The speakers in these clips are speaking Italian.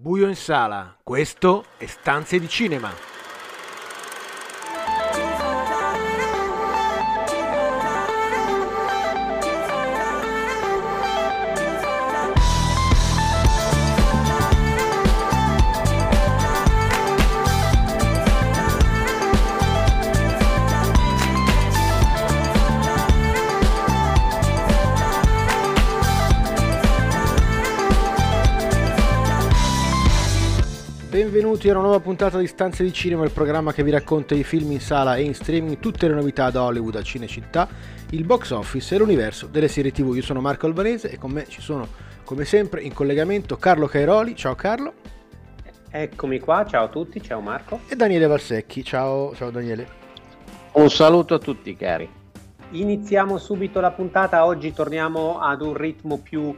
Buio in sala, questo è Stanze di Cinema. Benvenuti a una nuova puntata di Stanze di Cinema, il programma che vi racconta i film in sala e in streaming, tutte le novità da Hollywood a Cinecittà, il box office e l'universo delle serie TV. Io sono Marco Albanese e con me ci sono, come sempre, in collegamento Carlo Cairoli. Ciao Carlo. Eccomi qua, ciao a tutti, ciao Marco. E Daniele Valsecchi. Ciao Daniele. Un saluto a tutti cari. Iniziamo subito la puntata. Oggi torniamo ad un ritmo più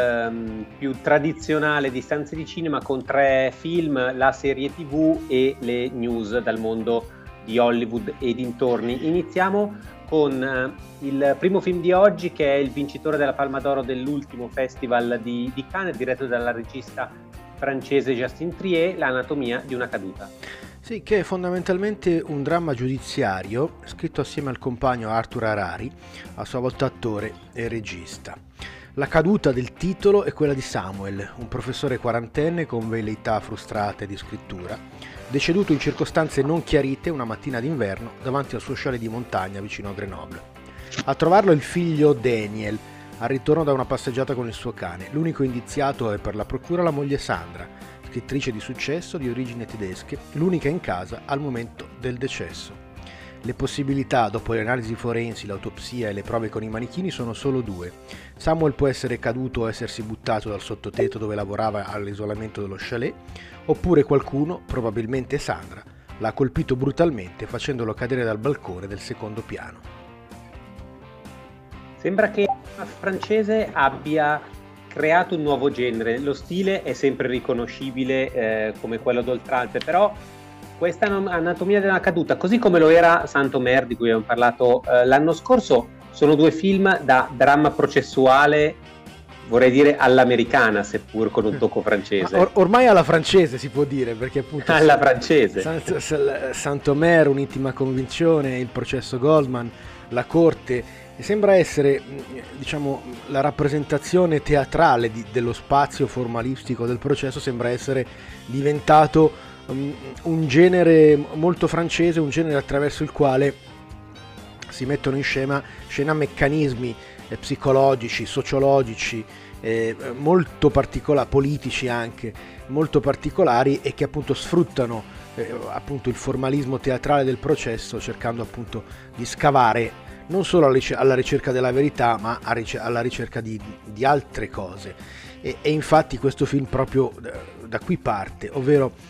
tradizionale di Stanze di Cinema, con 3 film, la serie TV e le news dal mondo di Hollywood e dintorni. Iniziamo con il primo film di oggi, che è il vincitore della Palma d'Oro dell'ultimo festival di Cannes, diretto dalla regista francese Justine Triet, L'anatomia di una caduta. Sì, che è fondamentalmente un dramma giudiziario scritto assieme al compagno Arthur Harari, a sua volta attore e regista. La caduta del titolo è quella di Samuel, un professore quarantenne con velleità frustrate di scrittura, deceduto in circostanze non chiarite una mattina d'inverno davanti al suo chalet di montagna vicino a Grenoble. A trovarlo il figlio Daniel, al ritorno da una passeggiata con il suo cane. L'unico indiziato è per la procura la moglie Sandra, scrittrice di successo di origini tedesche, l'unica in casa al momento del decesso. Le possibilità, dopo le analisi forensi, l'autopsia e le prove con i manichini, sono solo 2. Samuel può essere caduto o essersi buttato dal sottotetto dove lavorava all'isolamento dello chalet, oppure qualcuno, probabilmente Sandra, l'ha colpito brutalmente facendolo cadere dal balcone del secondo piano. Sembra che la francese abbia creato un nuovo genere. Lo stile è sempre riconoscibile come quello d'Oltralpe, però questa Anatomia della caduta, così come lo era Saint-Omer, di cui abbiamo parlato l'anno scorso, sono 2 film da dramma processuale, vorrei dire all'americana, seppur con un tocco francese. Ormai alla francese si può dire, perché appunto alla francese. Saint-Omer, Un'intima convinzione, Il processo Goldman, La corte, sembra essere, diciamo, la rappresentazione teatrale dello spazio formalistico del processo, sembra essere diventato un genere molto francese, un genere attraverso il quale si mettono in scena meccanismi psicologici, sociologici, molto particolari, politici anche, molto particolari, e che appunto sfruttano appunto il formalismo teatrale del processo, cercando appunto di scavare non solo alla ricerca della verità, ma alla ricerca di altre cose. E infatti questo film proprio da qui parte, ovvero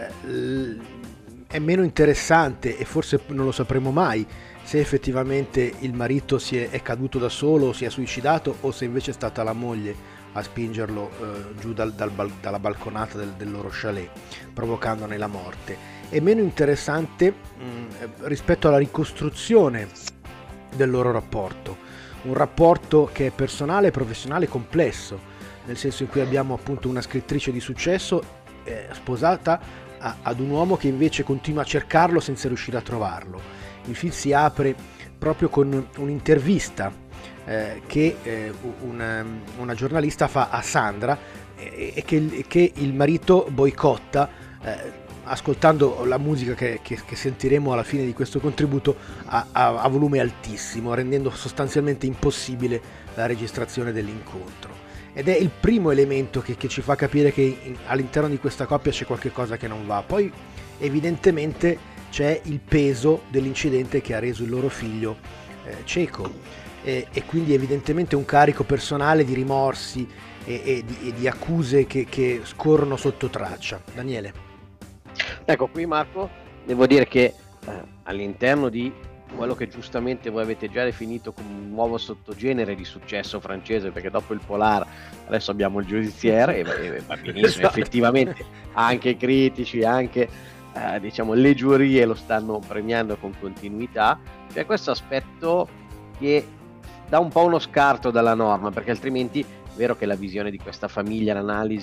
è meno interessante, e forse non lo sapremo mai, se effettivamente il marito è caduto da solo, si è suicidato, o se invece è stata la moglie a spingerlo giù dalla balconata del loro chalet, provocandone la morte. È meno interessante rispetto alla ricostruzione del loro rapporto, un rapporto che è personale, professionale, complesso, nel senso in cui abbiamo appunto una scrittrice di successo sposata ad un uomo che invece continua a cercarlo senza riuscire a trovarlo. Il film si apre proprio con un'intervista che una giornalista fa a Sandra e che il marito boicotta, ascoltando la musica che sentiremo alla fine di questo contributo a volume altissimo, rendendo sostanzialmente impossibile la registrazione dell'incontro. Ed è il primo elemento che ci fa capire che all'interno di questa coppia c'è qualche cosa che non va. Poi evidentemente c'è il peso dell'incidente che ha reso il loro figlio cieco, e quindi evidentemente un carico personale di rimorsi e di accuse che scorrono sotto traccia. Daniele. Ecco, qui Marco, devo dire che all'interno di quello che giustamente voi avete già definito come un nuovo sottogenere di successo francese, perché dopo il polar adesso abbiamo il giudiziaire, e va benissimo, esatto. Effettivamente anche i critici, anche diciamo le giurie lo stanno premiando con continuità. C'è questo aspetto che dà un po' uno scarto dalla norma, perché altrimenti è vero che la visione di questa famiglia, l'analisi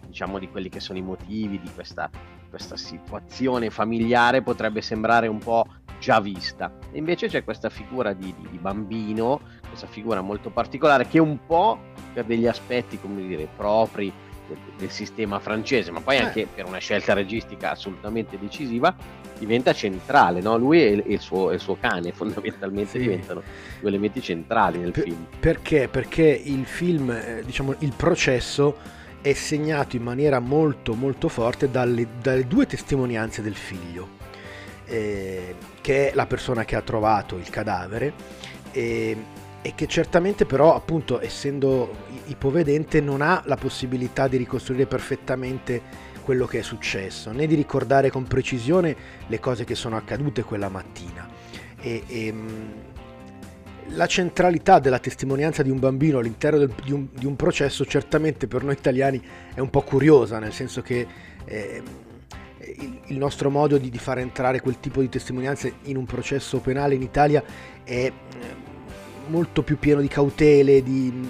diciamo, di quelli che sono i motivi di questa situazione familiare potrebbe sembrare un po' già vista. E invece c'è questa figura di bambino, questa figura molto particolare che un po' per degli aspetti, come dire, propri del sistema francese, ma poi anche per una scelta registica assolutamente decisiva, diventa centrale, no? Lui e il suo cane fondamentalmente diventano due elementi centrali nel film. Perché? Perché il film, diciamo, il processo è segnato in maniera molto molto forte dalle due testimonianze del figlio, che è la persona che ha trovato il cadavere, e che certamente però, appunto, essendo ipovedente, non ha la possibilità di ricostruire perfettamente quello che è successo, né di ricordare con precisione le cose che sono accadute quella mattina. La centralità della testimonianza di un bambino all'interno di un processo certamente per noi italiani è un po' curiosa, nel senso che il nostro modo di far entrare quel tipo di testimonianze in un processo penale in Italia è molto più pieno di cautele, di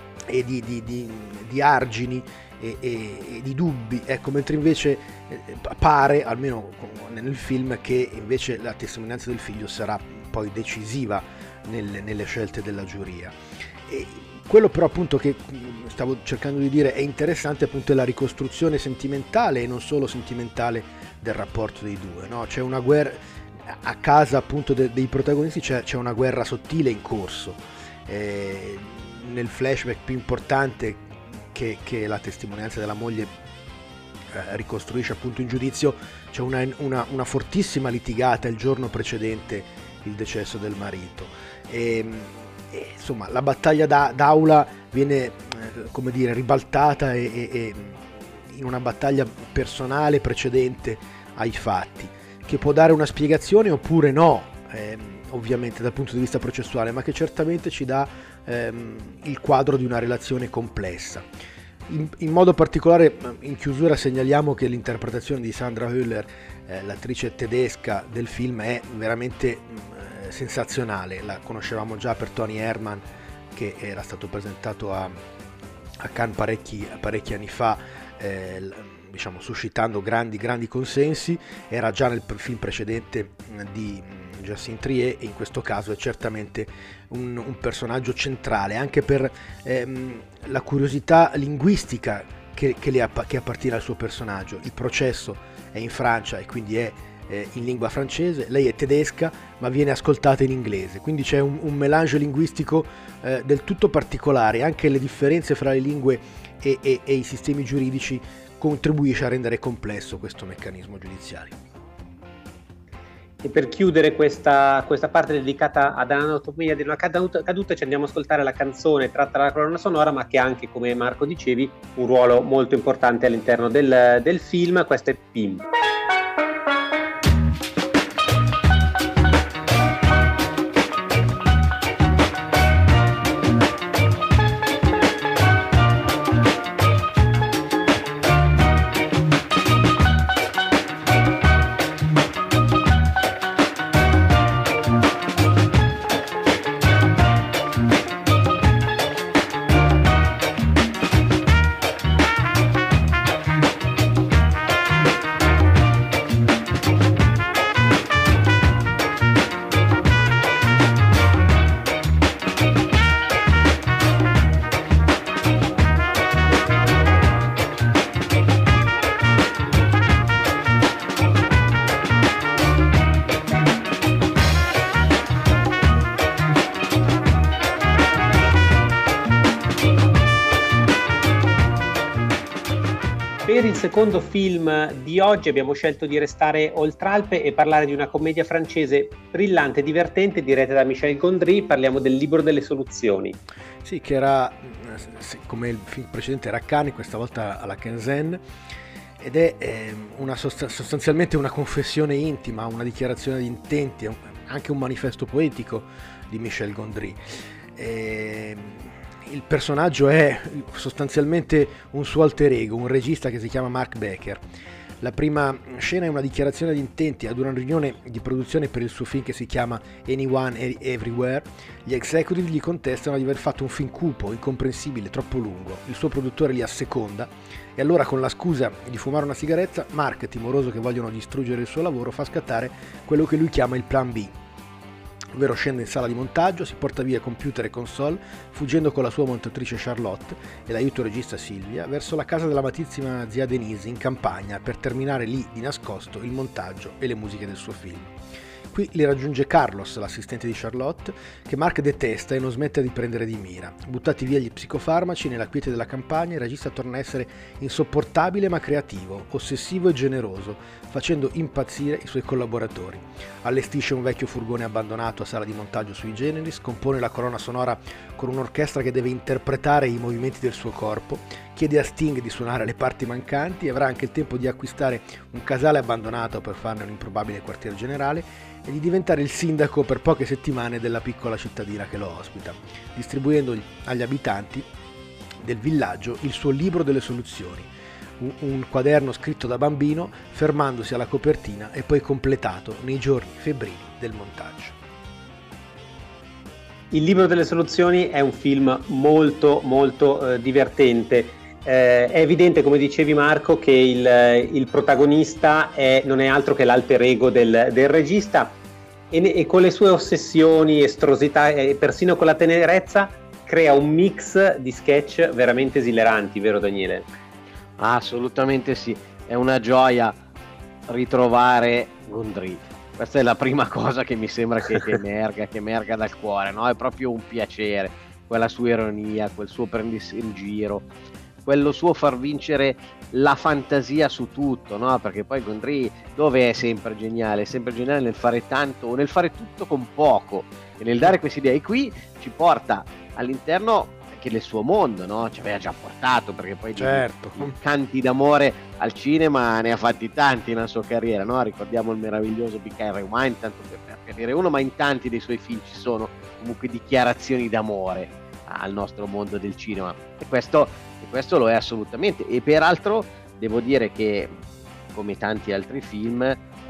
argini e di dubbi, ecco, mentre invece pare, almeno nel film, che invece la testimonianza del figlio sarà poi decisiva nelle scelte della giuria. E quello però, appunto, che stavo cercando di dire è interessante, appunto, è la ricostruzione sentimentale, e non solo sentimentale, del rapporto dei due, no? C'è una guerra a casa, appunto, dei protagonisti, c'è una guerra sottile in corso. Nel flashback più importante che la testimonianza della moglie ricostruisce, appunto, in giudizio, c'è una fortissima litigata il giorno precedente il decesso del marito, e insomma la battaglia d'aula viene come dire ribaltata e in una battaglia personale precedente ai fatti, che può dare una spiegazione oppure no, ovviamente dal punto di vista processuale, ma che certamente ci dà il quadro di una relazione complessa. In modo particolare, in chiusura, segnaliamo che l'interpretazione di Sandra Hüller, l'attrice tedesca del film, è veramente sensazionale. La conoscevamo già per Tony Herman, che era stato presentato a Cannes parecchi anni fa, diciamo, suscitando grandi consensi. Era già nel film precedente di Jacinthe Triet, e in questo caso è certamente un personaggio centrale, anche per la curiosità linguistica che appartiene al suo personaggio. Il processo è in Francia e quindi è in lingua francese, lei è tedesca ma viene ascoltata in inglese, quindi c'è un mélange linguistico del tutto particolare. Anche le differenze fra le lingue e i sistemi giuridici contribuisce a rendere complesso questo meccanismo giudiziario. E per chiudere questa parte dedicata ad Anatomia di una caduta, ci andiamo ad ascoltare la canzone tratta dalla colonna sonora, ma che ha anche, come Marco dicevi, un ruolo molto importante all'interno del film. Questo è Pim. Per il secondo film di oggi abbiamo scelto di restare oltralpe e parlare di una commedia francese brillante e divertente diretta da Michel Gondry. Parliamo del Libro delle soluzioni. Sì, che era, come il film precedente, era a Cannes, questa volta alla Quinzaine, ed è sostanzialmente una confessione intima, una dichiarazione di intenti, anche un manifesto poetico di Michel Gondry. Il personaggio è sostanzialmente un suo alter ego, un regista che si chiama Mark Becker. La prima scena è una dichiarazione di intenti ad una riunione di produzione per il suo film che si chiama Anyone Everywhere. Gli executive gli contestano di aver fatto un film cupo, incomprensibile, troppo lungo. Il suo produttore li asseconda e allora, con la scusa di fumare una sigaretta, Mark, timoroso che vogliono distruggere il suo lavoro, fa scattare quello che lui chiama il plan B, ovvero scende in sala di montaggio, si porta via computer e console, fuggendo con la sua montatrice Charlotte e l'aiuto regista Silvia, verso la casa dell'amatissima zia Denise in campagna per terminare lì di nascosto il montaggio e le musiche del suo film. Qui li raggiunge Carlos, l'assistente di Charlotte, che Mark detesta e non smette di prendere di mira. Buttati via gli psicofarmaci, nella quiete della campagna il regista torna a essere insopportabile ma creativo, ossessivo e generoso, facendo impazzire i suoi collaboratori. Allestisce un vecchio furgone abbandonato a sala di montaggio sui generis, compone la colonna sonora con un'orchestra che deve interpretare i movimenti del suo corpo, chiede a Sting di suonare le parti mancanti e avrà anche il tempo di acquistare un casale abbandonato per farne un improbabile quartier generale e di diventare il sindaco per poche settimane della piccola cittadina che lo ospita, distribuendo agli abitanti del villaggio il suo libro delle soluzioni, un quaderno scritto da bambino, fermandosi alla copertina e poi completato nei giorni febbrili del montaggio. Il libro delle soluzioni è un film molto molto divertente. È evidente, come dicevi Marco, che il protagonista non è altro che l'alter ego del regista e con le sue ossessioni, estrosità e persino con la tenerezza crea un mix di sketch veramente esileranti, vero Daniele? Assolutamente sì, è una gioia ritrovare Gondry. Questa è la prima cosa che mi sembra che emerga dal cuore, no? È proprio un piacere, quella sua ironia, quel suo prendersi in giro, quello suo far vincere la fantasia su tutto, no? Perché poi Gondry dove è sempre geniale? È sempre geniale nel fare tanto o nel fare tutto con poco e nel dare questa idea. E qui ci porta all'interno anche del suo mondo, no? Ci aveva già portato, perché poi certo, canti d'amore al cinema ne ha fatti tanti nella sua carriera, no? Ricordiamo il meraviglioso Behind Rewind, tanto per dire uno, ma in tanti dei suoi film ci sono comunque dichiarazioni d'amore al nostro mondo del cinema e questo lo è assolutamente. E peraltro devo dire che, come tanti altri film,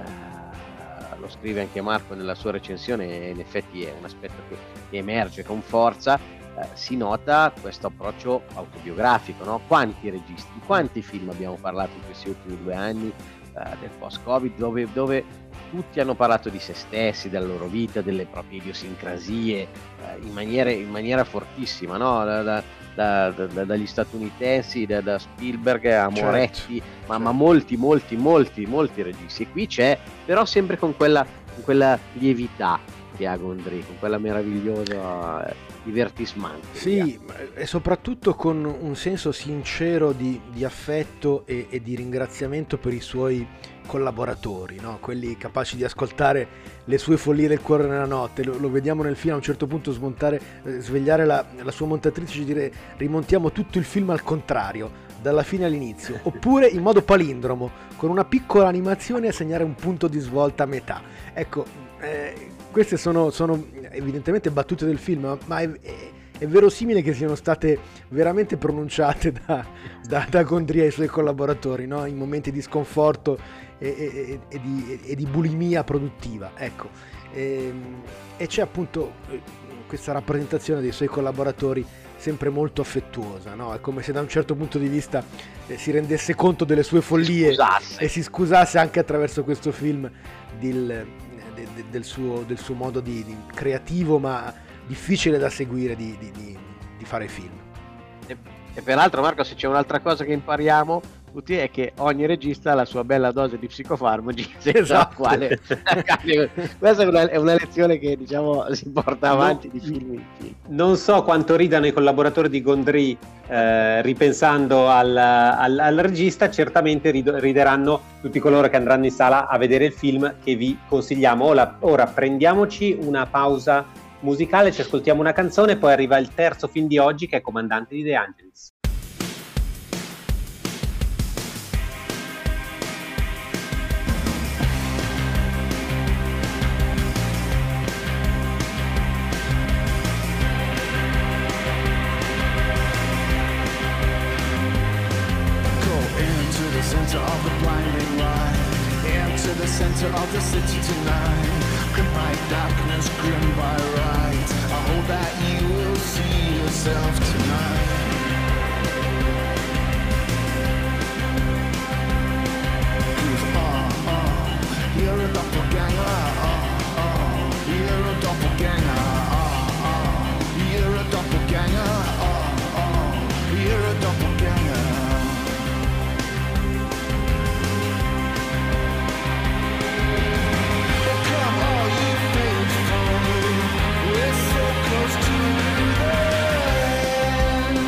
lo scrive anche Marco nella sua recensione, in effetti è un aspetto che emerge con forza, si nota questo approccio autobiografico, no? Quanti registi, quanti film abbiamo parlato in questi ultimi 2 anni del post-Covid, dove tutti hanno parlato di se stessi, della loro vita, delle proprie idiosincrasie, in maniera fortissima, no? Dagli statunitensi, da Spielberg a Moretti, certo. ma molti registi. E qui c'è, però sempre con quella lievità che ha Gondry, con quella meravigliosa divertissement. Sì, e soprattutto con un senso sincero di affetto e di ringraziamento per i suoi collaboratori, no? Quelli capaci di ascoltare le sue follie del cuore nella notte. Lo vediamo nel film a un certo punto svegliare la sua montatrice e dire: rimontiamo tutto il film al contrario, dalla fine all'inizio, oppure in modo palindromo, con una piccola animazione a segnare un punto di svolta a metà. Ecco, queste sono evidentemente battute del film, ma è verosimile che siano state veramente pronunciate da Gondry ai suoi collaboratori, no? In momenti di sconforto e di bulimia produttiva, ecco. E c'è appunto questa rappresentazione dei suoi collaboratori sempre molto affettuosa, no? È come se da un certo punto di vista si rendesse conto delle sue follie e si scusasse anche attraverso questo film del suo modo di creativo ma difficile da seguire di fare film. E peraltro, Marco, se c'è un'altra cosa che impariamo tutti è che ogni regista ha la sua bella dose di psicofarmaci, senza la quale questa è una lezione che, diciamo, si porta avanti di film in film. Non so quanto ridano i collaboratori di Gondry ripensando al regista, certamente rideranno tutti coloro che andranno in sala a vedere il film che vi consigliamo. Ora prendiamoci una pausa musicale, ci ascoltiamo una canzone, poi arriva il terzo film di oggi, che è Comandante di De Angelis. Center the blinding light into the center of the city tonight. Grim by darkness, grim by right. I hope that you will see yourself tonight. You're a doppelganger, you're a doppelganger, you're a doppelganger, you're a doppelganger. Oh, come on, you faithful, we're so close to the end.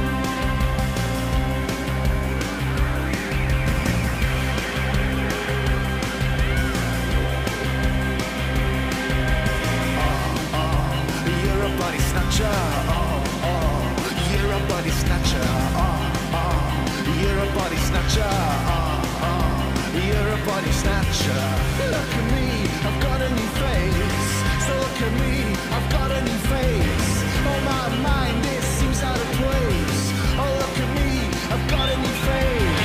You're a body snatcher, you're a body snatcher, you're a body snatcher, you're a body snatcher. Look at me, I've got a new face. So look at me, I've got a new face. Oh my mind, it seems out of place. Oh look at me, I've got a new face.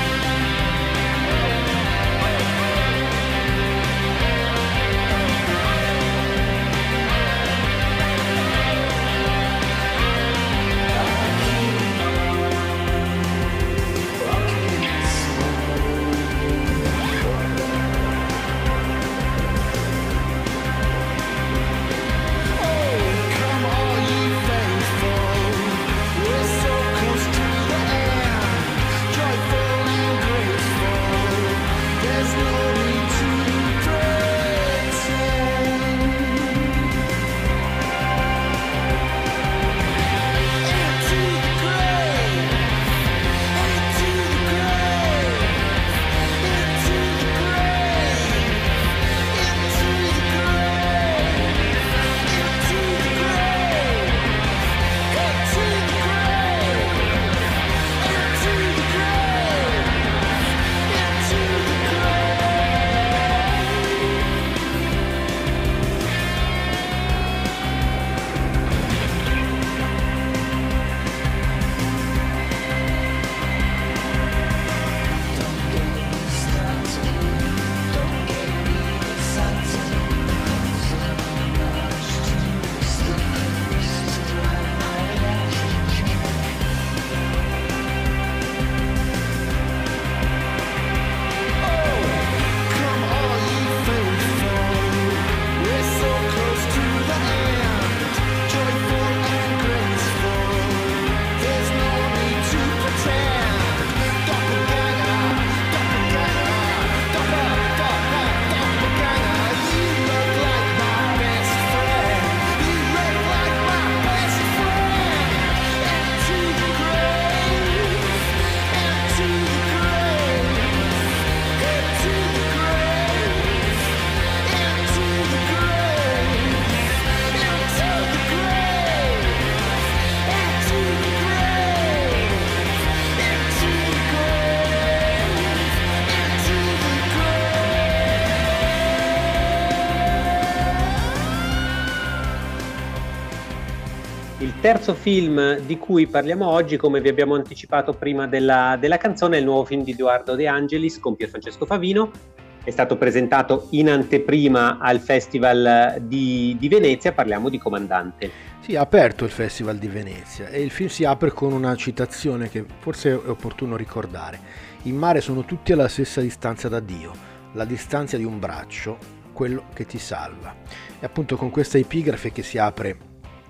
Il terzo film di cui parliamo oggi, come vi abbiamo anticipato prima della canzone, è il nuovo film di Edoardo De Angelis con Pierfrancesco Favino. È stato presentato in anteprima al Festival di Venezia. Parliamo di Comandante. Sì, ha aperto il Festival di Venezia e il film si apre con una citazione che forse è opportuno ricordare. In mare sono tutti alla stessa distanza da Dio, la distanza di un braccio, quello che ti salva. E appunto con questa epigrafe che si apre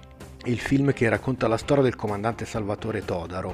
il film, che racconta la storia del comandante Salvatore Todaro.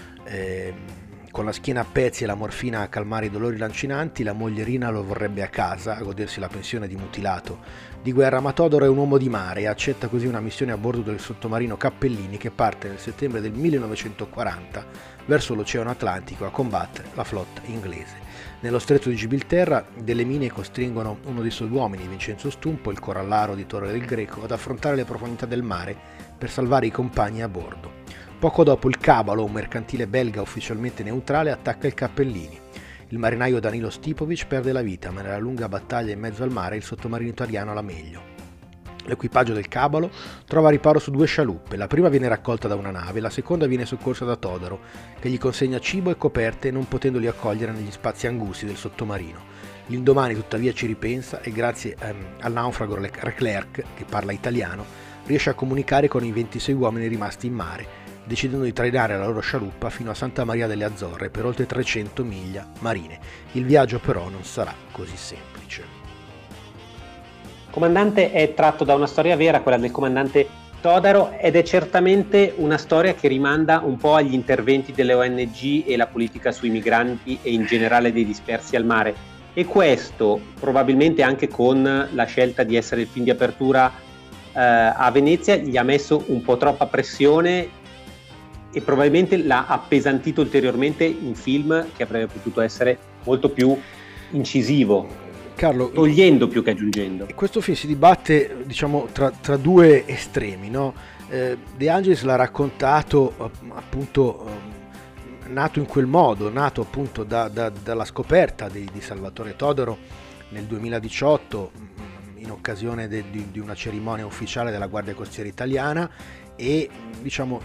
Con la schiena a pezzi e la morfina a calmare i dolori lancinanti, la moglie Rina lo vorrebbe a casa a godersi la pensione di mutilato di guerra, ma Todaro è un uomo di mare e accetta così una missione a bordo del sottomarino Cappellini, che parte nel settembre del 1940 verso l'Oceano Atlantico a combattere la flotta inglese. Nello stretto di Gibilterra delle mine costringono uno dei suoi uomini, Vincenzo Stumpo, il corallaro di Torre del Greco, ad affrontare le profondità del mare per salvare i compagni a bordo. Poco dopo il Cabalo, un mercantile belga ufficialmente neutrale, attacca il Cappellini. Il marinaio Danilo Stipovic perde la vita, ma nella lunga battaglia in mezzo al mare il sottomarino italiano ha la meglio. L'equipaggio del Cabalo trova riparo su 2 scialuppe, la prima viene raccolta da una nave, la seconda viene soccorsa da Todaro, che gli consegna cibo e coperte non potendoli accogliere negli spazi angusti del sottomarino. L'indomani tuttavia ci ripensa e grazie al naufrago Leclerc, che parla italiano, riesce a comunicare con i 26 uomini rimasti in mare, decidendo di trainare la loro scialuppa fino a Santa Maria delle Azzorre per oltre 300 miglia marine. Il viaggio però non sarà così semplice. Comandante è tratto da una storia vera, quella del comandante Todaro, ed è certamente una storia che rimanda un po' agli interventi delle ONG e la politica sui migranti e in generale dei dispersi al mare. E questo, probabilmente anche con la scelta di essere il film di apertura a Venezia, gli ha messo un po' troppa pressione e probabilmente l'ha appesantito ulteriormente in film che avrebbe potuto essere molto più incisivo. Carlo, togliendo più che aggiungendo. Questo film si dibatte, diciamo, tra due estremi, no? De Angelis l'ha raccontato appunto nato in quel modo, nato appunto dalla scoperta di Salvatore Todaro nel 2018 in occasione di una cerimonia ufficiale della Guardia Costiera Italiana e diciamo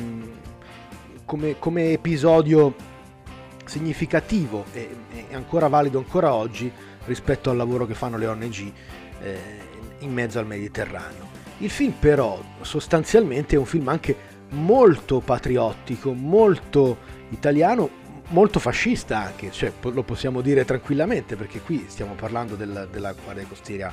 come episodio significativo e ancora valido ancora oggi rispetto al lavoro che fanno le ONG in mezzo al Mediterraneo. Il film però sostanzialmente è un film anche molto patriottico, molto italiano, molto fascista anche, cioè lo possiamo dire tranquillamente perché qui stiamo parlando della Guardia Costiera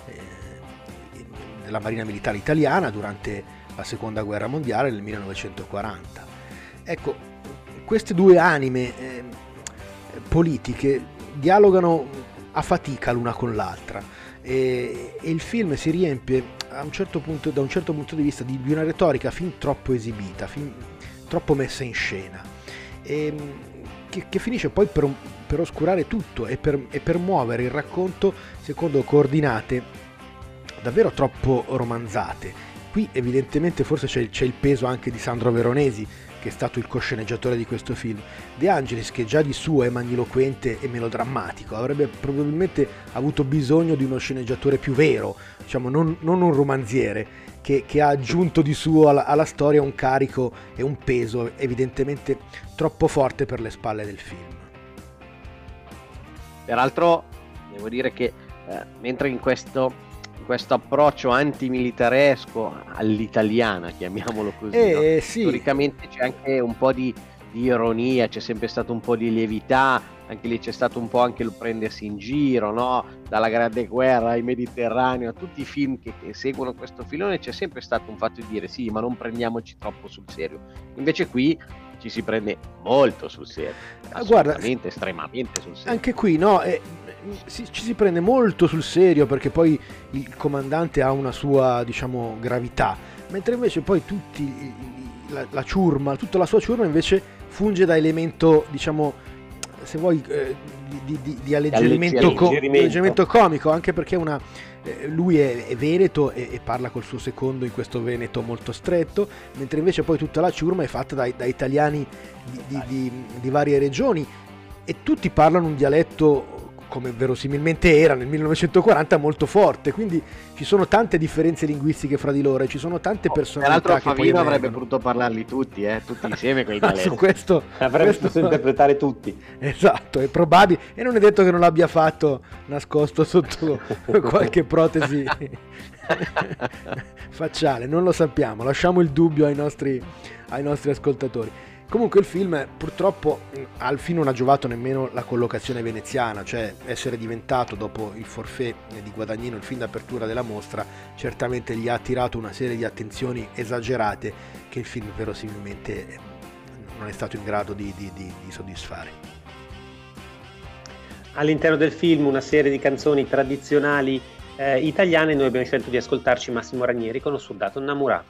della Marina Militare Italiana durante la Seconda Guerra Mondiale nel 1940. Ecco, queste due anime politiche dialogano a fatica l'una con l'altra e il film si riempie da un certo punto di vista di una retorica fin troppo esibita, fin troppo messa in scena che finisce poi per oscurare tutto e per muovere il racconto secondo coordinate davvero troppo romanzate. Qui evidentemente forse c'è il peso anche di Sandro Veronesi, che è stato il cosceneggiatore di questo film. De Angelis, che già di suo è magniloquente e melodrammatico, avrebbe probabilmente avuto bisogno di uno sceneggiatore più vero, diciamo non un romanziere, che ha aggiunto di suo alla storia un carico e un peso evidentemente troppo forte per le spalle del film. Peraltro devo dire che mentre in questo approccio antimilitaresco all'italiana, chiamiamolo così, no? Sì. Storicamente c'è anche un po' di ironia, c'è sempre stato un po' di lievità, anche lì c'è stato un po' anche il prendersi in giro, no? Dalla Grande Guerra ai Mediterraneo, a tutti i film che seguono questo filone c'è sempre stato un fatto di dire sì, ma non prendiamoci troppo sul serio. Invece qui ci si prende molto sul serio, assolutamente, guarda, estremamente sul serio. Anche qui, no? Ci si prende molto sul serio perché poi il comandante ha una sua, diciamo, gravità, mentre invece poi la ciurma, tutta la sua ciurma invece funge da elemento, diciamo, se vuoi, di alleggerimento comico, anche perché lui è veneto e parla col suo secondo in questo veneto molto stretto, mentre invece poi tutta la ciurma è fatta da italiani di varie regioni e tutti parlano un dialetto, come verosimilmente era nel 1940, molto forte, quindi ci sono tante differenze linguistiche fra di loro e ci sono tante personalità. Tra l'altro Favino avrebbe potuto parlarli tutti insieme con i dialetti. Su questo avrebbe potuto interpretare tutti. Esatto, è probabile, e non è detto che non l'abbia fatto nascosto sotto qualche protesi facciale, non lo sappiamo, lasciamo il dubbio ai nostri ascoltatori. Comunque il film purtroppo al film non ha giovato nemmeno la collocazione veneziana, cioè essere diventato dopo il forfait di Guadagnino il film d'apertura della mostra certamente gli ha attirato una serie di attenzioni esagerate che il film verosimilmente non è stato in grado di soddisfare. All'interno del film una serie di canzoni tradizionali italiane, noi abbiamo scelto di ascoltarci Massimo Ranieri con Ho soldato innamorato.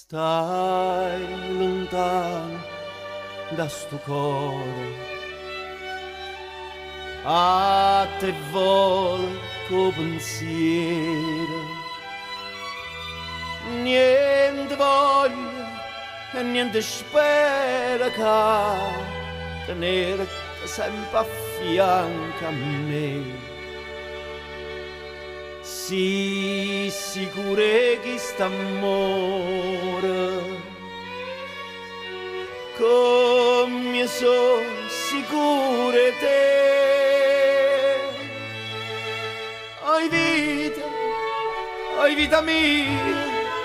Stai lontano da sto cuore, a te vuole co pensiero, niente voglia e niente spera che tenere sempre a fianco a me. Sii sicure che st'amore come sono sicure te. Oi vita mia,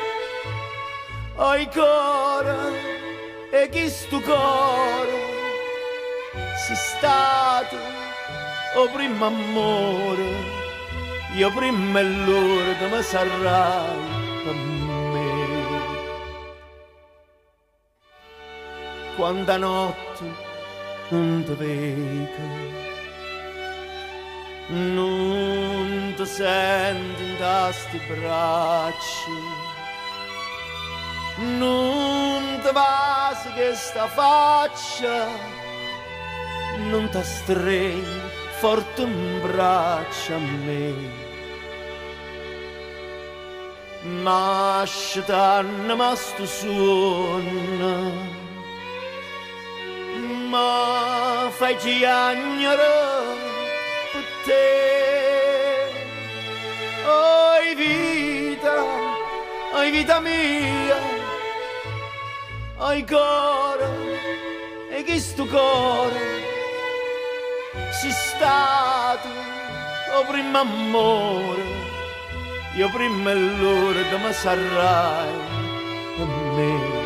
oi cuore, e chi sto cuore si stato o primo amore. Io prima e l'ora mi sarai per me. Quanta notte non ti vedo, non ti sento in questi bracci, non ti basta che sta faccia, non ti stringo forte in braccia a me. Ma scetanno ma sto suono, ma fai chiagnere per te. Oi vita mia, oi cuore, e chi sto cuore si stato o primo amore. Io prima e l'ora che mi sarai per me.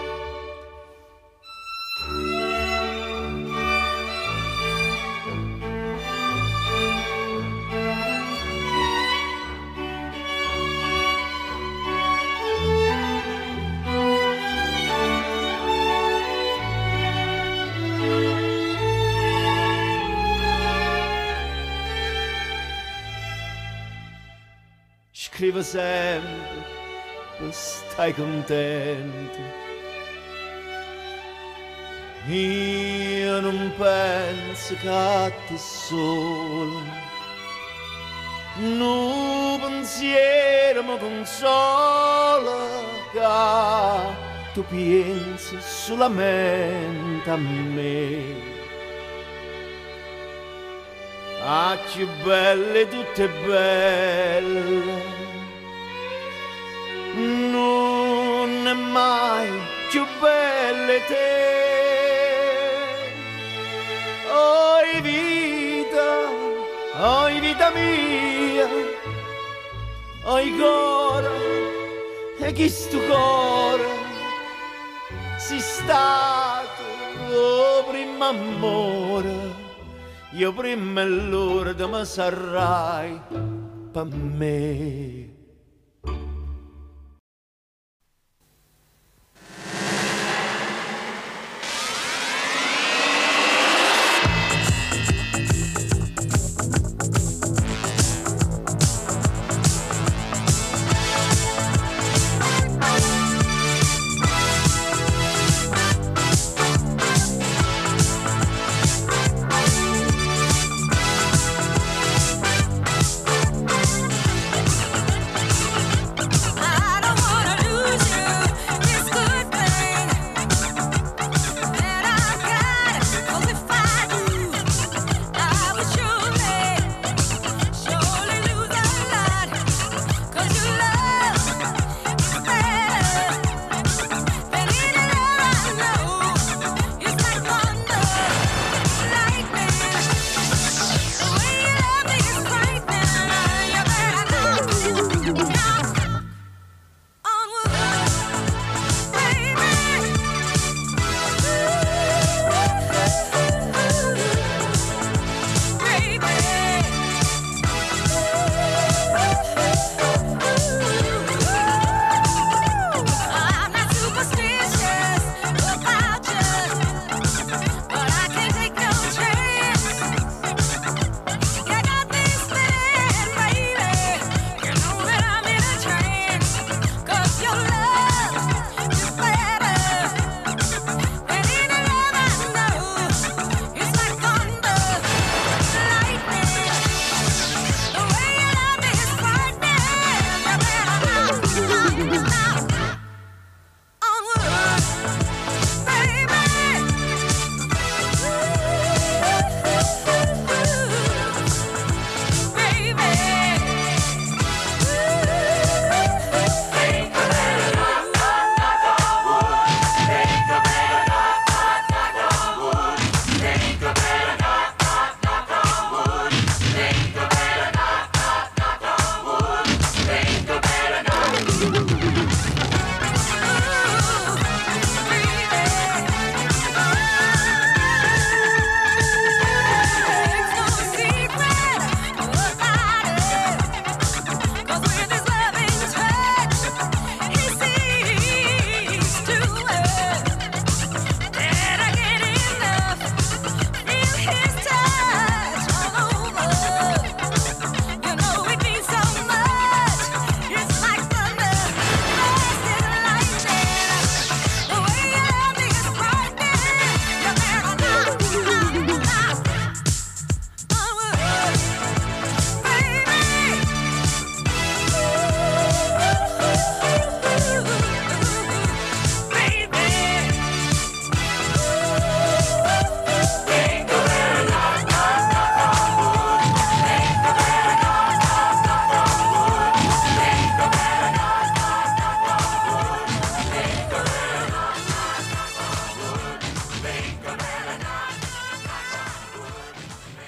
Scrivo sempre, stai contento. Io non penso che ti sola, no pensiero mi consola, che tu pensi solamente a me. Ah, che belle, tutte belle, non è mai più belle te. Oi vita mia, oi cuore, e chi sto cuore si stato oh, prima amore. Io prima e l'ora che mi sarai per me.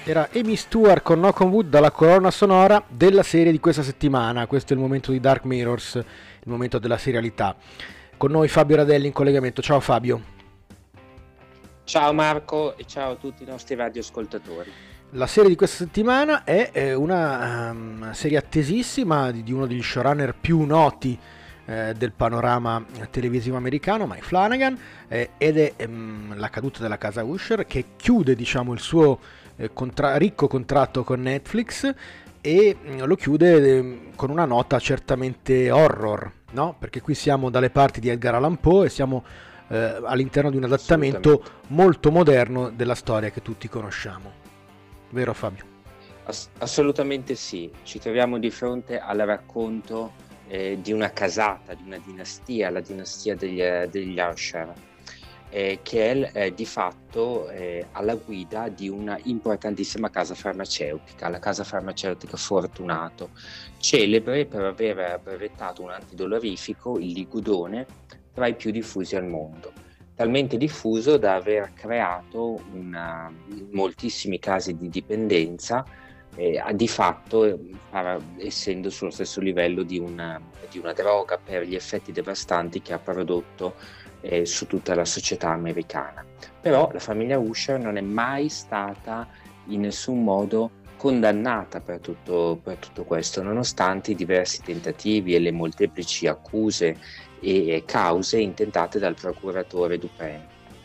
Era Amy Stewart con Knock on Wood dalla colonna sonora della serie di questa settimana. Questo è il momento di Dark Mirrors, il momento della serialità. Con noi Fabio Radelli in collegamento. Ciao Fabio. Ciao Marco e ciao a tutti i nostri radioascoltatori. La serie di questa settimana è una serie attesissima di uno degli showrunner più noti del panorama televisivo americano, Mike Flanagan, ed è La caduta della casa Usher, che chiude, diciamo, il suo ricco contratto con Netflix, e lo chiude con una nota certamente horror, no? Perché qui siamo dalle parti di Edgar Allan Poe e siamo all'interno di un adattamento molto moderno della storia che tutti conosciamo. Vero Fabio? Assolutamente sì, ci troviamo di fronte al racconto di una casata, di una dinastia, la dinastia degli Usher, che è di fatto alla guida di una importantissima casa farmaceutica, la casa farmaceutica Fortunato, celebre per aver brevettato un antidolorifico, il Ligudone, tra i più diffusi al mondo, talmente diffuso da aver creato moltissimi casi di dipendenza, di fatto essendo sullo stesso livello di una droga per gli effetti devastanti che ha prodotto su tutta la società americana. Però la famiglia Usher non è mai stata in nessun modo condannata per tutto questo, nonostante i diversi tentativi e le molteplici accuse e cause intentate dal procuratore Dupin.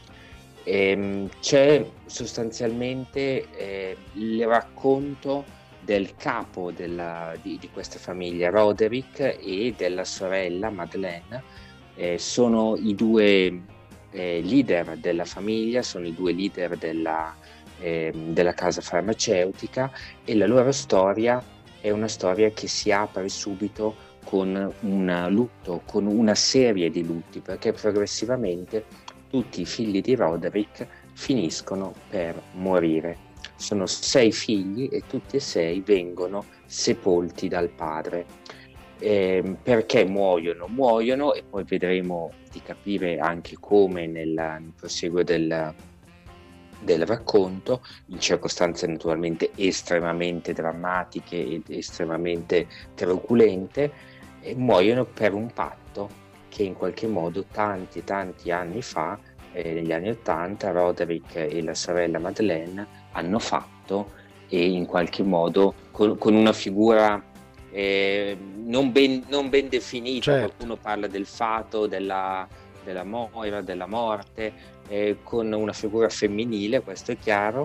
C'è sostanzialmente il racconto del capo di questa famiglia, Roderick, e della sorella Madeleine. Sono i due leader della famiglia, sono i due leader della casa farmaceutica, e la loro storia è una storia che si apre subito con un lutto, con una serie di lutti, perché progressivamente tutti i figli di Roderick finiscono per morire. Sono 6 figli e tutti e 6 vengono sepolti dal padre. Perché muoiono, e poi vedremo di capire anche come nel proseguo del racconto, in circostanze naturalmente estremamente drammatiche ed estremamente truculente, muoiono per un patto che in qualche modo tanti anni fa, negli anni *80, Roderick e la sorella Madeleine hanno fatto, e in qualche modo con una figura non ben definita. Certo. Qualcuno parla del fato, della Moira, della morte, con una figura femminile, questo è chiaro,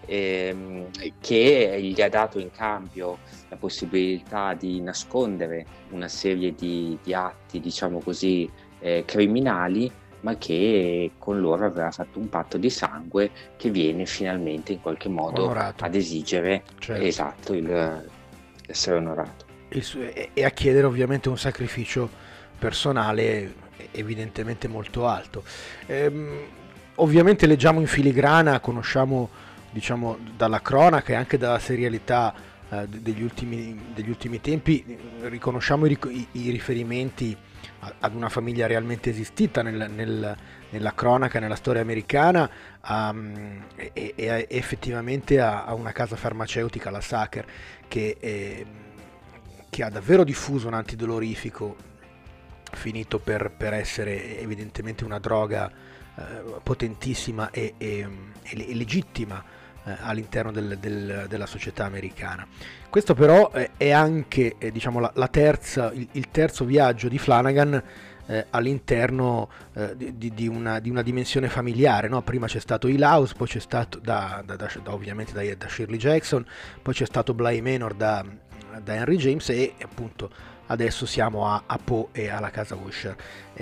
che gli ha dato in cambio la possibilità di nascondere una serie di atti, diciamo così, criminali, ma che con loro avrà fatto un patto di sangue che viene finalmente in qualche modo onorato, ad esigere, certo, esatto, essere onorato. E a chiedere ovviamente un sacrificio personale evidentemente molto alto. Ovviamente leggiamo in filigrana, conosciamo, diciamo, dalla cronaca e anche dalla serialità degli ultimi tempi, riconosciamo i riferimenti ad una famiglia realmente esistita nella cronaca, nella storia americana, e effettivamente a una casa farmaceutica, la Sacher, che ha davvero diffuso un antidolorifico finito per essere evidentemente una droga potentissima e legittima all'interno della società americana. Questo però è anche diciamo il terzo viaggio di Flanagan all'interno di una dimensione familiare, no? Prima c'è stato Hill House, poi c'è stato ovviamente da Shirley Jackson, poi c'è stato Bly Manor da Henry James, e appunto adesso siamo a Poe e alla casa Usher.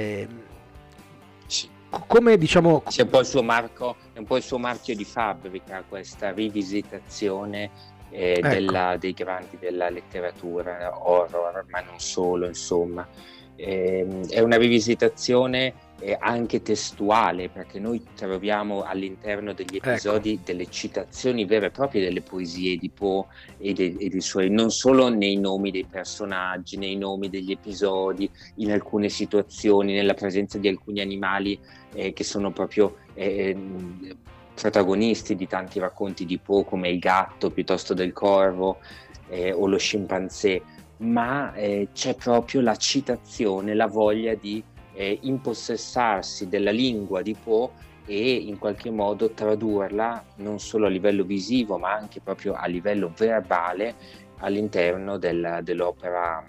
Sì. Come diciamo, è un po' il suo marchio di fabbrica, questa rivisitazione ecco, dei grandi della letteratura horror, ma non solo, insomma. È una rivisitazione anche testuale, perché noi troviamo all'interno degli episodi, ecco, delle citazioni vere e proprie delle poesie di Poe e dei suoi, non solo nei nomi dei personaggi, nei nomi degli episodi, in alcune situazioni, nella presenza di alcuni animali che sono proprio protagonisti di tanti racconti di Poe, come il gatto piuttosto del corvo o lo scimpanzé, ma c'è proprio la citazione, la voglia di impossessarsi della lingua di Poe e in qualche modo tradurla non solo a livello visivo ma anche proprio a livello verbale all'interno dell'opera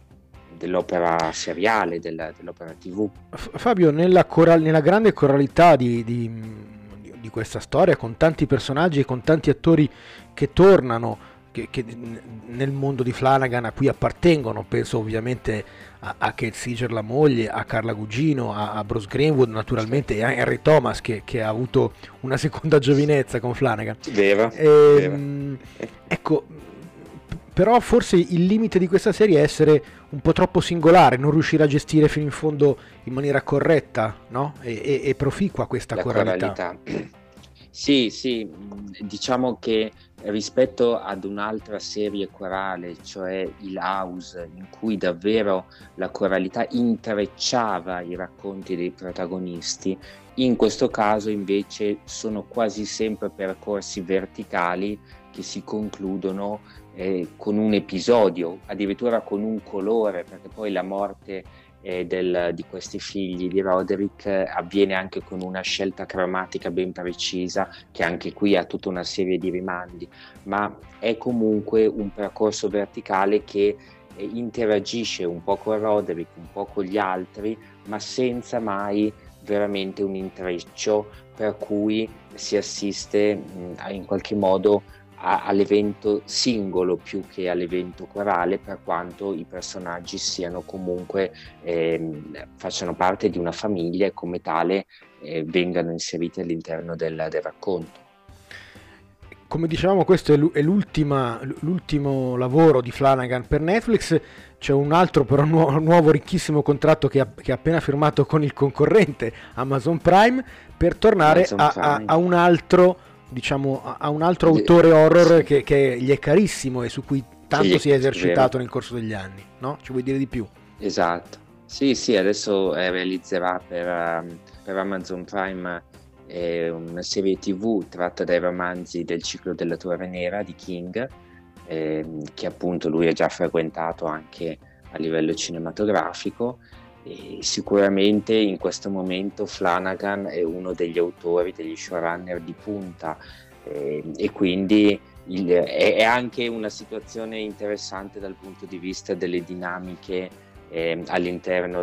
seriale, dell'opera TV. Fabio, nella grande coralità di questa storia, con tanti personaggi e con tanti attori che tornano che nel mondo di Flanagan, a cui appartengono, penso ovviamente a Kate Seeger, la moglie, a Carla Gugino, a Bruce Greenwood naturalmente, e a Henry Thomas che ha avuto una seconda giovinezza con Flanagan. Vero. Ecco, però forse il limite di questa serie è essere un po' troppo singolare, non riuscire a gestire fino in fondo in maniera corretta, no? E proficua questa coralità. Sì, diciamo che rispetto ad un'altra serie corale, cioè il House, in cui davvero la coralità intrecciava i racconti dei protagonisti, in questo caso invece sono quasi sempre percorsi verticali che si concludono con un episodio, addirittura con un colore, perché poi la morte di questi figli di Roderick avviene anche con una scelta cromatica ben precisa, che anche qui ha tutta una serie di rimandi, ma è comunque un percorso verticale che interagisce un po' con Roderick, un po' con gli altri, ma senza mai veramente un intreccio, per cui si assiste in qualche modo all'evento singolo più che all'evento corale, per quanto i personaggi siano comunque facciano parte di una famiglia e come tale vengano inseriti all'interno del racconto. Come dicevamo, questo è l'ultimo lavoro di Flanagan per Netflix. C'è un altro però nuovo ricchissimo contratto che ha appena firmato con il concorrente Amazon Prime, per tornare a un altro, diciamo, a un altro autore horror che gli è carissimo e su cui tanto si è esercitato nel corso degli anni, no? Ci vuoi dire di più? Esatto, sì, adesso realizzerà per Amazon Prime una serie TV tratta dai romanzi del ciclo della Torre Nera di King, che appunto lui ha già frequentato anche a livello cinematografico. E sicuramente in questo momento Flanagan è uno degli autori, degli showrunner di punta, e quindi è anche una situazione interessante dal punto di vista delle dinamiche all'interno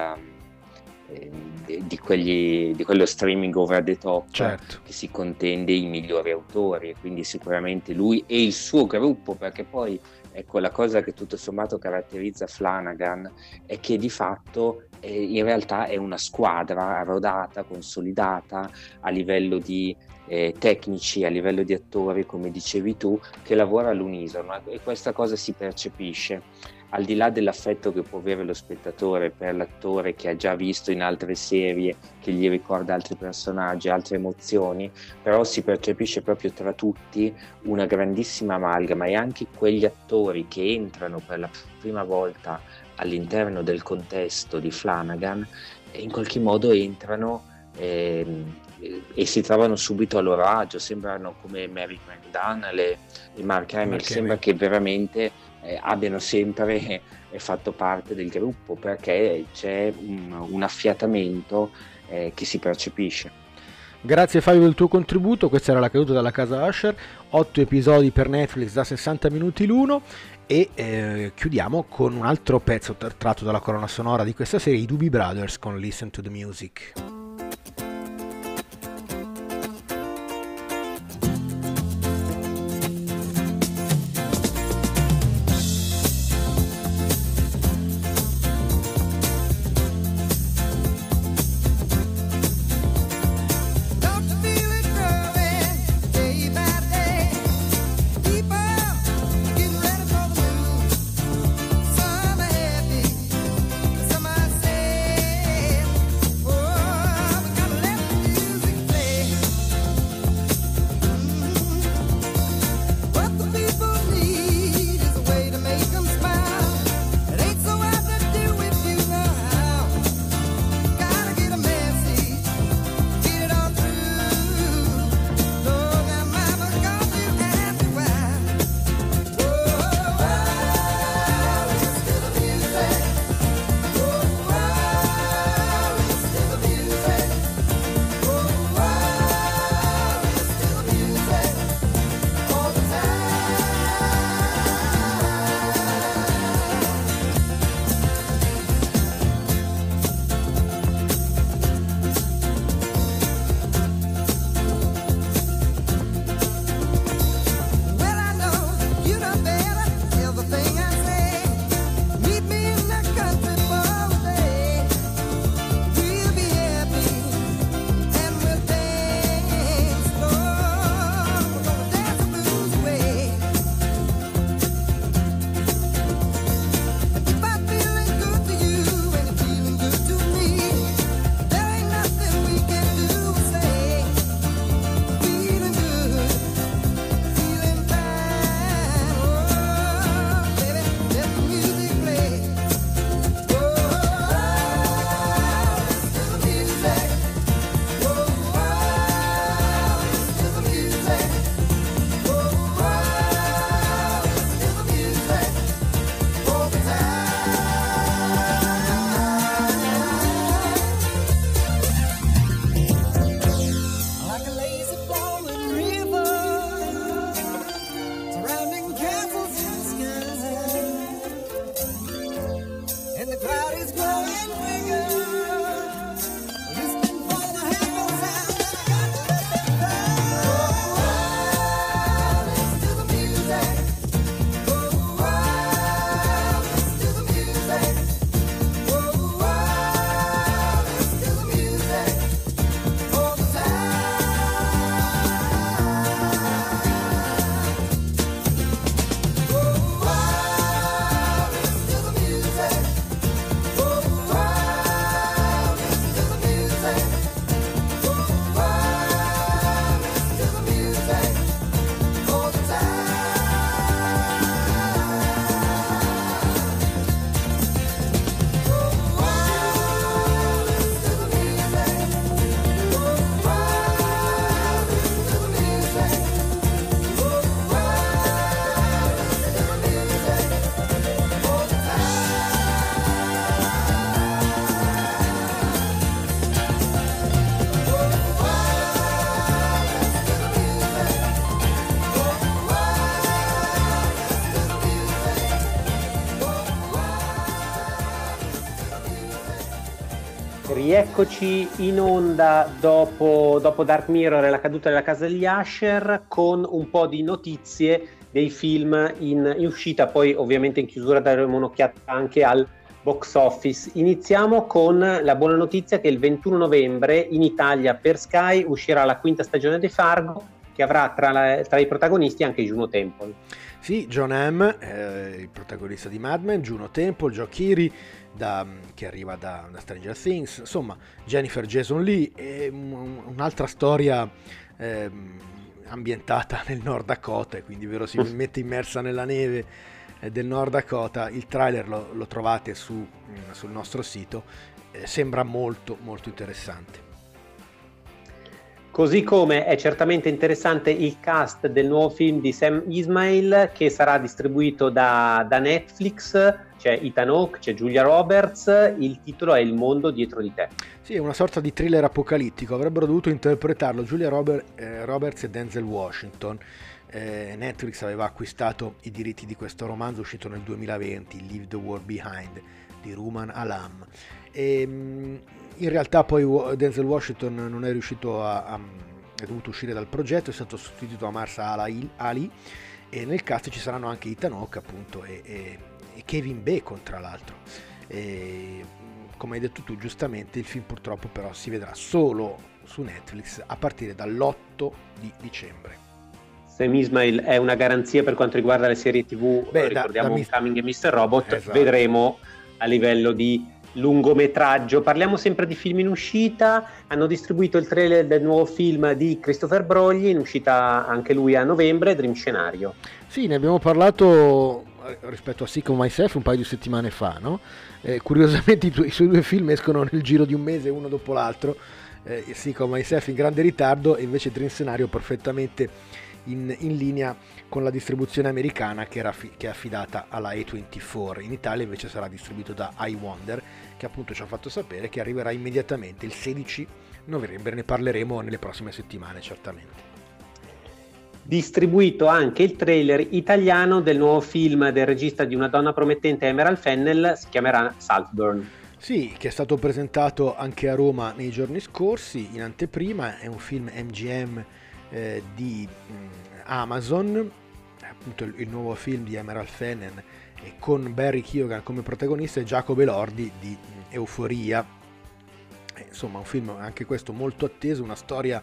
di quello streaming over the top, certo, che si contende i migliori autori, e quindi sicuramente lui e il suo gruppo, perché poi ecco, la cosa che tutto sommato caratterizza Flanagan è che di fatto in realtà è una squadra rodata, consolidata a livello di tecnici, a livello di attori, come dicevi tu, che lavora all'unisono, e questa cosa si percepisce. Al di là dell'affetto che può avere lo spettatore per l'attore che ha già visto in altre serie, che gli ricorda altri personaggi, altre emozioni, però si percepisce proprio tra tutti una grandissima amalgama, e anche quegli attori che entrano per la prima volta all'interno del contesto di Flanagan in qualche modo entrano e si trovano subito a loro agio, sembrano come Mary McDonnell e Mark Hamill, sembra che veramente abbiano sempre fatto parte del gruppo, perché c'è un affiatamento che si percepisce. Grazie Fabio del tuo contributo. Questa era La caduta dalla casa Usher, 8 episodi per Netflix da 60 minuti l'uno, e chiudiamo con un altro pezzo tratto dalla colonna sonora di questa serie, i Doobie Brothers con Listen to the Music. Oh Rieccoci in onda dopo Dark Mirror e la caduta della casa degli Usher, con un po' di notizie dei film in uscita. Poi ovviamente in chiusura daremo un'occhiata anche al box office. Iniziamo con la buona notizia che il 21 novembre in Italia per Sky uscirà la quinta stagione di Fargo, che avrà tra i protagonisti anche Juno Temple. Sì, John Hamm, il protagonista di Mad Men, Juno Temple, Joe Keery, che arriva da Stranger Things, insomma Jennifer Jason Leigh, e un'altra storia ambientata nel Nord Dakota, e quindi verosimilmente immersa nella neve del Nord Dakota. Il trailer lo trovate sul nostro sito, sembra molto molto interessante. Così come è certamente interessante il cast del nuovo film di Sam Ismail, che sarà distribuito da Netflix. C'è Ethan Hawke, c'è Julia Roberts, il titolo è Il mondo dietro di te. Sì, è una sorta di thriller apocalittico, avrebbero dovuto interpretarlo Julia Roberts e Denzel Washington. Netflix aveva acquistato i diritti di questo romanzo uscito nel 2020, Leave the World Behind, di Ruman Alam. In realtà poi Denzel Washington non è riuscito è dovuto uscire dal progetto, è stato sostituito da Mahershala Ali, e nel cast ci saranno anche Ethan Hawke appunto e Kevin Bacon, tra l'altro. Come hai detto tu giustamente, il film purtroppo però si vedrà solo su Netflix a partire dall'8 di dicembre. Sam Ismail è una garanzia per quanto riguarda le serie TV. Ricordiamo Coming e Mr. Robot. Esatto. Vedremo a livello di lungometraggio. Parliamo sempre di film in uscita. Hanno distribuito il trailer del nuovo film di Christopher Broglie, in uscita anche lui a novembre, Dream Scenario. Sì, ne abbiamo parlato rispetto a Sick of Myself un paio di settimane fa, no? Curiosamente i suoi due film escono nel giro di un mese, uno dopo l'altro. Sick of Myself in grande ritardo, e invece Dream Scenario perfettamente in linea con la distribuzione americana, che è affidata alla A24. In Italia invece sarà distribuito da iWonder, che appunto ci ha fatto sapere che arriverà immediatamente il 16 novembre. Ne parleremo nelle prossime settimane certamente. Distribuito anche il trailer italiano del nuovo film del regista di Una donna promettente, Emerald Fennell, si chiamerà Saltburn. Sì, che è stato presentato anche a Roma nei giorni scorsi in anteprima. È un film MGM di Amazon, appunto il nuovo film di Emerald Fennell, con Barry Keoghan come protagonista e Jacob Elordi di Euforia. Insomma, un film anche questo molto atteso, una storia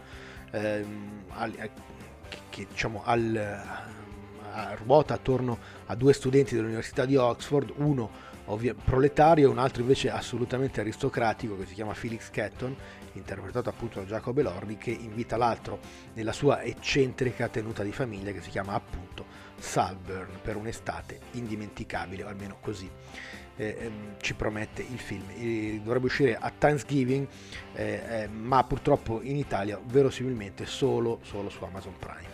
che diciamo ruota attorno a due studenti dell'Università di Oxford, uno proletario e un altro invece assolutamente aristocratico, che si chiama Felix Catton, interpretato appunto da Jacob Elordi, che invita l'altro nella sua eccentrica tenuta di famiglia, che si chiama appunto Saltburn, per un'estate indimenticabile, o almeno così ci promette il film. Dovrebbe uscire a Thanksgiving, ma purtroppo in Italia verosimilmente solo su Amazon Prime.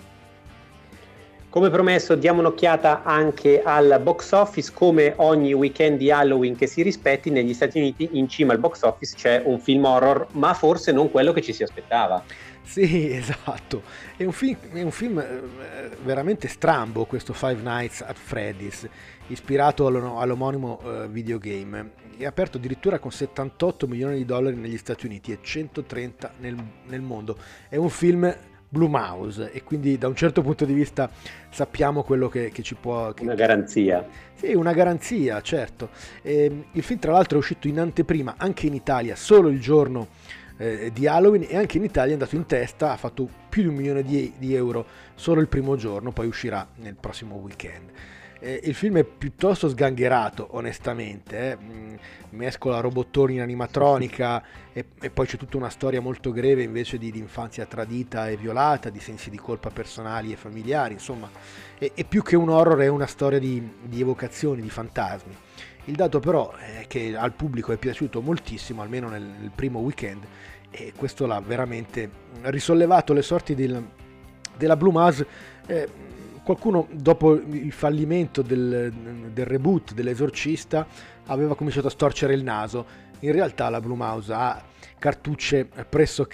Come promesso, diamo un'occhiata anche al box office. Come ogni weekend di Halloween che si rispetti, negli Stati Uniti in cima al box office c'è un film horror, ma forse non quello che ci si aspettava. Sì, esatto, è un film veramente strambo, questo Five Nights at Freddy's, ispirato all'omonimo videogame. È aperto addirittura con 78 milioni di dollari negli Stati Uniti e 130 nel mondo. È un film Blumhouse, e quindi da un certo punto di vista sappiamo quello che ci può... Una garanzia. Sì, una garanzia, certo. Il film tra l'altro è uscito in anteprima anche in Italia solo il giorno di Halloween, e anche in Italia è andato in testa, ha fatto più di 1 milione di euro solo il primo giorno, poi uscirà nel prossimo weekend. Il film è piuttosto sgangherato, onestamente, mescola robottoni in animatronica e poi c'è tutta una storia molto greve invece di infanzia tradita e violata, di sensi di colpa personali e familiari, insomma, e più che un horror è una storia di evocazioni, di fantasmi. Il dato però è che al pubblico è piaciuto moltissimo, almeno nel primo weekend, e questo l'ha veramente risollevato le sorti della Blumhouse. Qualcuno, dopo il fallimento del reboot dell'Esorcista, aveva cominciato a storcere il naso. In realtà la Blumhouse ha cartucce pressoché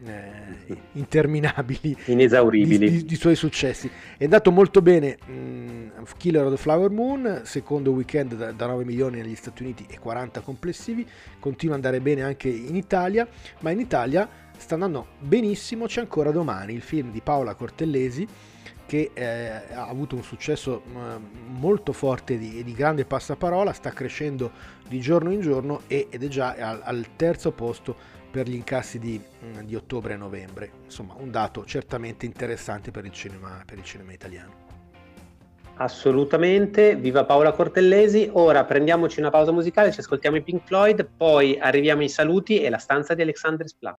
interminabili, inesauribili di suoi successi. È andato molto bene Killer of the Flower Moon, secondo weekend da 9 milioni negli Stati Uniti e 40 complessivi, continua ad andare bene anche in Italia, ma in Italia sta andando benissimo C'è ancora domani, il film di Paola Cortellesi, che ha avuto un successo molto forte e di grande passaparola, sta crescendo di giorno in giorno ed è già al terzo posto per gli incassi di ottobre e novembre. Insomma, un dato certamente interessante per il cinema italiano. Assolutamente, viva Paola Cortellesi. Ora prendiamoci una pausa musicale, ci ascoltiamo i Pink Floyd, poi arriviamo ai saluti e la stanza di Alexander Splat.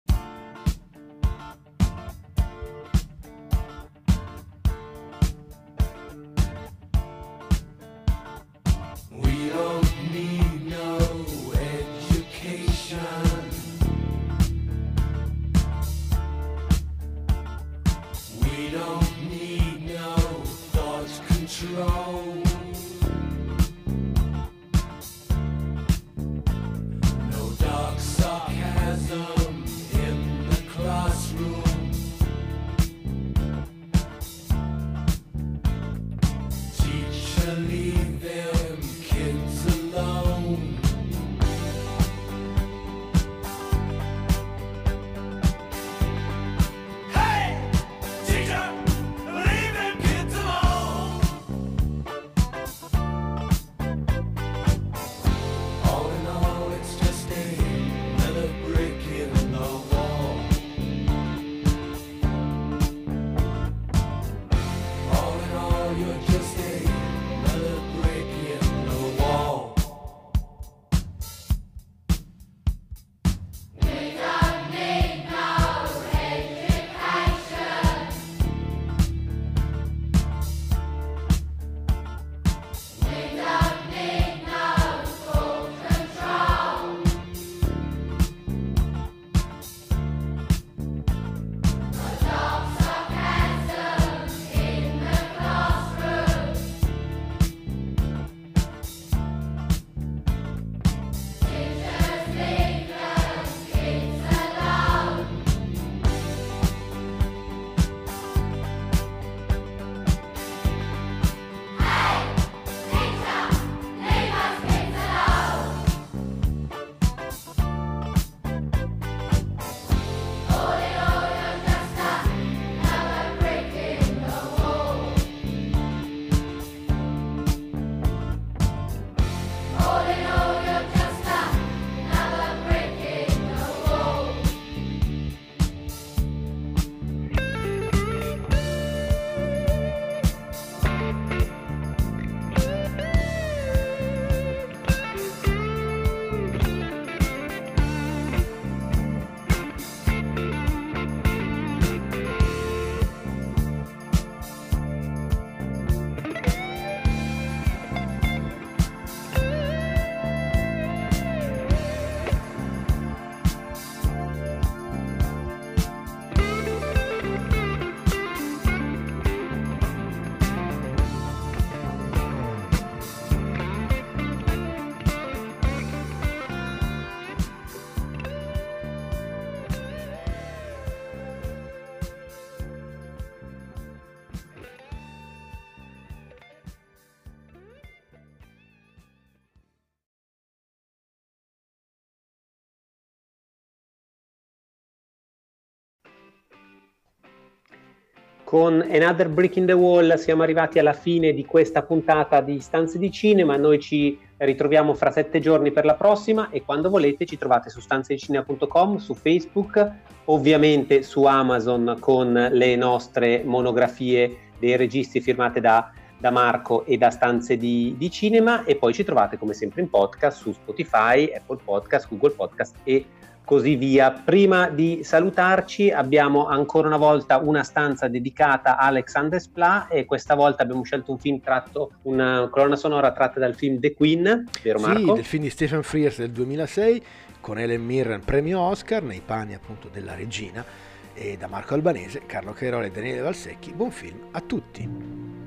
Con Another Brick in the Wall siamo arrivati alla fine di questa puntata di Stanze di Cinema. Noi ci ritroviamo fra 7 giorni per la prossima e quando volete ci trovate su stanzedicinema.com, su Facebook, ovviamente su Amazon con le nostre monografie dei registi firmate da Marco e da Stanze di Cinema, e poi ci trovate come sempre in podcast su Spotify, Apple Podcast, Google Podcast e così via. Prima di salutarci abbiamo ancora una volta una stanza dedicata a Alexander Splat e questa volta abbiamo scelto un film una colonna sonora tratta dal film The Queen, vero Marco? Sì, del film di Stephen Frears del 2006 con Helen Mirren premio Oscar nei panni appunto della regina, e da Marco Albanese, Carlo Cairoli e Daniele Valsecchi. Buon film a tutti.